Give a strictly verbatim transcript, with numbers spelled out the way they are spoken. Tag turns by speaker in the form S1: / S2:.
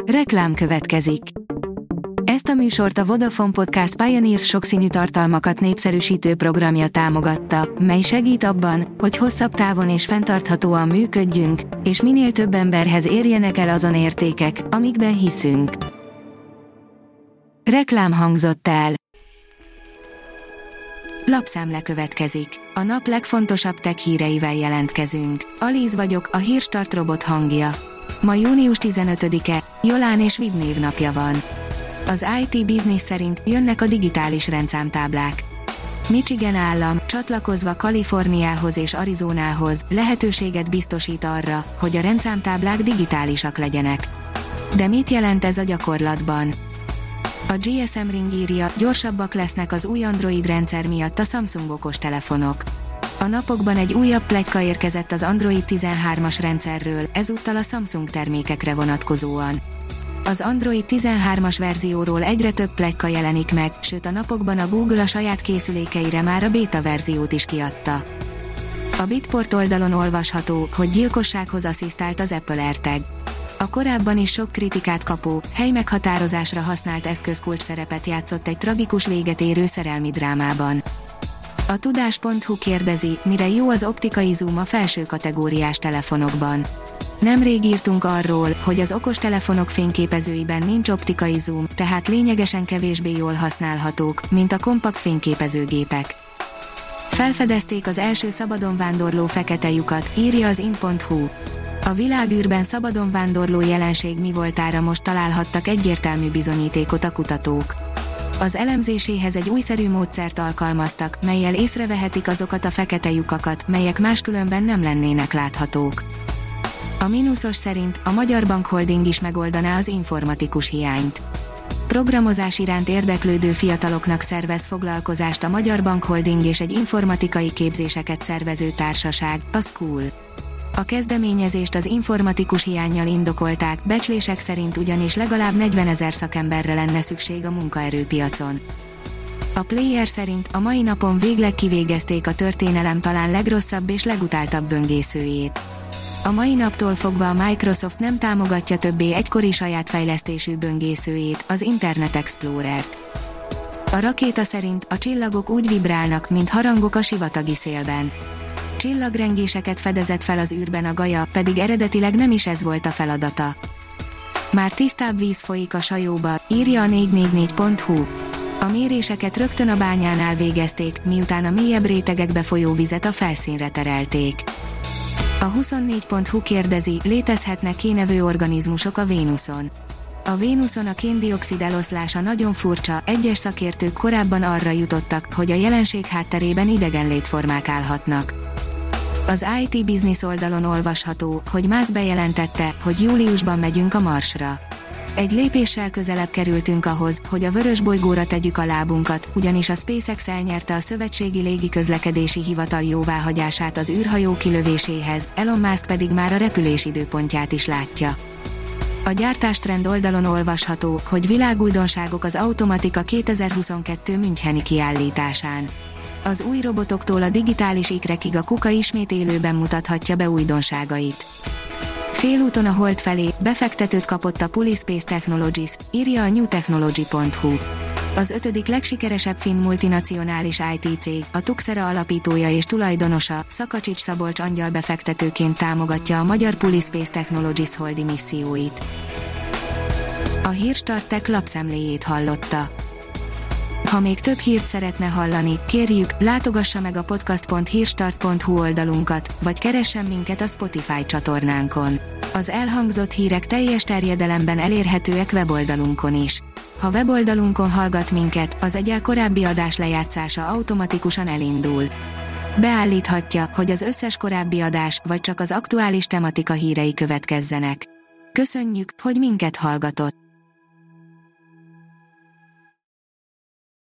S1: Reklám következik. Ezt a műsort a Vodafone Podcast Pioneers sokszínű tartalmakat népszerűsítő programja támogatta, mely segít abban, hogy hosszabb távon és fenntarthatóan működjünk, és minél több emberhez érjenek el azon értékek, amikben hiszünk. Reklám hangzott el. Lapszemle következik. A nap legfontosabb tech híreivel jelentkezünk. Alíz vagyok, a Hírstart robot hangja. Ma június tizenötödike, Jolán és Vid névnapja van. Az i té Business szerint jönnek a digitális rendszámtáblák. Michigan állam, csatlakozva Kaliforniához és Arizonához, lehetőséget biztosít arra, hogy a rendszámtáblák digitálisak legyenek. De mit jelent ez a gyakorlatban? A gé es em Ring írja, gyorsabbak lesznek az új Android rendszer miatt a Samsung okostelefonok. A napokban egy újabb pletyka érkezett az Android tizenhármas rendszerről, ezúttal a Samsung termékekre vonatkozóan. Az Android tizenhármas verzióról egyre több pletyka jelenik meg, sőt a napokban a Google a saját készülékeire már a beta verziót is kiadta. A Bitport oldalon olvasható, hogy gyilkossághoz asszisztált az Apple AirTag. A korábban is sok kritikát kapó, helymeghatározásra használt eszköz kulcsszerepet játszott egy tragikus véget érő szerelmi drámában. A tudás pont hu kérdezi, mire jó az optikai zoom a felső kategóriás telefonokban. Nemrég írtunk arról, hogy az okostelefonok fényképezőiben nincs optikai zoom, tehát lényegesen kevésbé jól használhatók, mint a kompakt fényképezőgépek. Felfedezték az első szabadon vándorló fekete lyukat, írja az in pont hu. A világűrben szabadon vándorló jelenség mi voltára most találhattak egyértelmű bizonyítékot a kutatók. Az elemzéséhez egy újszerű módszert alkalmaztak, mellyel észrevehetik azokat a fekete lyukakat, melyek máskülönben nem lennének láthatók. A mínuszos szerint a Magyar Bank Holding is megoldaná az informatikus hiányt. Programozás iránt érdeklődő fiataloknak szervez foglalkozást a Magyar Bank Holding és egy informatikai képzéseket szervező társaság, a School. A kezdeményezést az informatikus hiánnyal indokolták, becslések szerint ugyanis legalább negyvenezer szakemberre lenne szükség a munkaerőpiacon. A Player szerint a mai napon végleg kivégezték a történelem talán legrosszabb és legutáltabb böngészőjét. A mai naptól fogva a Microsoft nem támogatja többé egykori saját fejlesztésű böngészőjét, az Internet Explorer-t. A rakéta szerint a csillagok úgy vibrálnak, mint harangok a sivatagi szélben. Csillagrengéseket fedezett fel az űrben a Gaia, pedig eredetileg nem is ez volt a feladata. Már tisztább víz folyik a Sajóba, írja a négy négy négy pont hu. A méréseket rögtön a bányánál végezték, miután a mélyebb rétegekbe folyó vizet a felszínre terelték. A huszonnégy pont hu kérdezi, létezhetnek kénevő organizmusok a Vénuszon. A Vénuszon a kén-dioxid eloszlása nagyon furcsa, egyes szakértők korábban arra jutottak, hogy a jelenség hátterében idegen létformák állhatnak. Az i té Business oldalon olvasható, hogy Musk bejelentette, hogy júliusban megyünk a Marsra. Egy lépéssel közelebb kerültünk ahhoz, hogy a vörös bolygóra tegyük a lábunkat, ugyanis a SpaceX elnyerte a Szövetségi Légiközlekedési Hivatal jóváhagyását az űrhajó kilövéséhez, Elon Musk pedig már a repülés időpontját is látja. A gyártástrend oldalon olvasható, hogy világújdonságok az Automatika kétezer-huszonkettő Müncheni kiállításán. Az új robotoktól a digitális ikrekig a Kuka ismét élőben mutathatja be újdonságait. Félúton a Hold felé befektetőt kapott a Pulispace Technologies, írja a new technology pont hu. Az ötödik legsikeresebb finn multinacionális i té cég, a Tuxera alapítója és tulajdonosa, Szakacsics Szabolcs angyal befektetőként támogatja a magyar Pulispace Technologies holdi misszióit. A Hírstart Tech lapszemléjét hallotta. Ha még több hírt szeretne hallani, kérjük, látogassa meg a podcast pont hírstart pont hu oldalunkat, vagy keressen minket a Spotify csatornánkon. Az elhangzott hírek teljes terjedelemben elérhetőek weboldalunkon is. Ha weboldalunkon hallgat minket, az egyel korábbi adás lejátszása automatikusan elindul. Beállíthatja, hogy az összes korábbi adás, vagy csak az aktuális tematika hírei következzenek. Köszönjük, hogy minket hallgatott!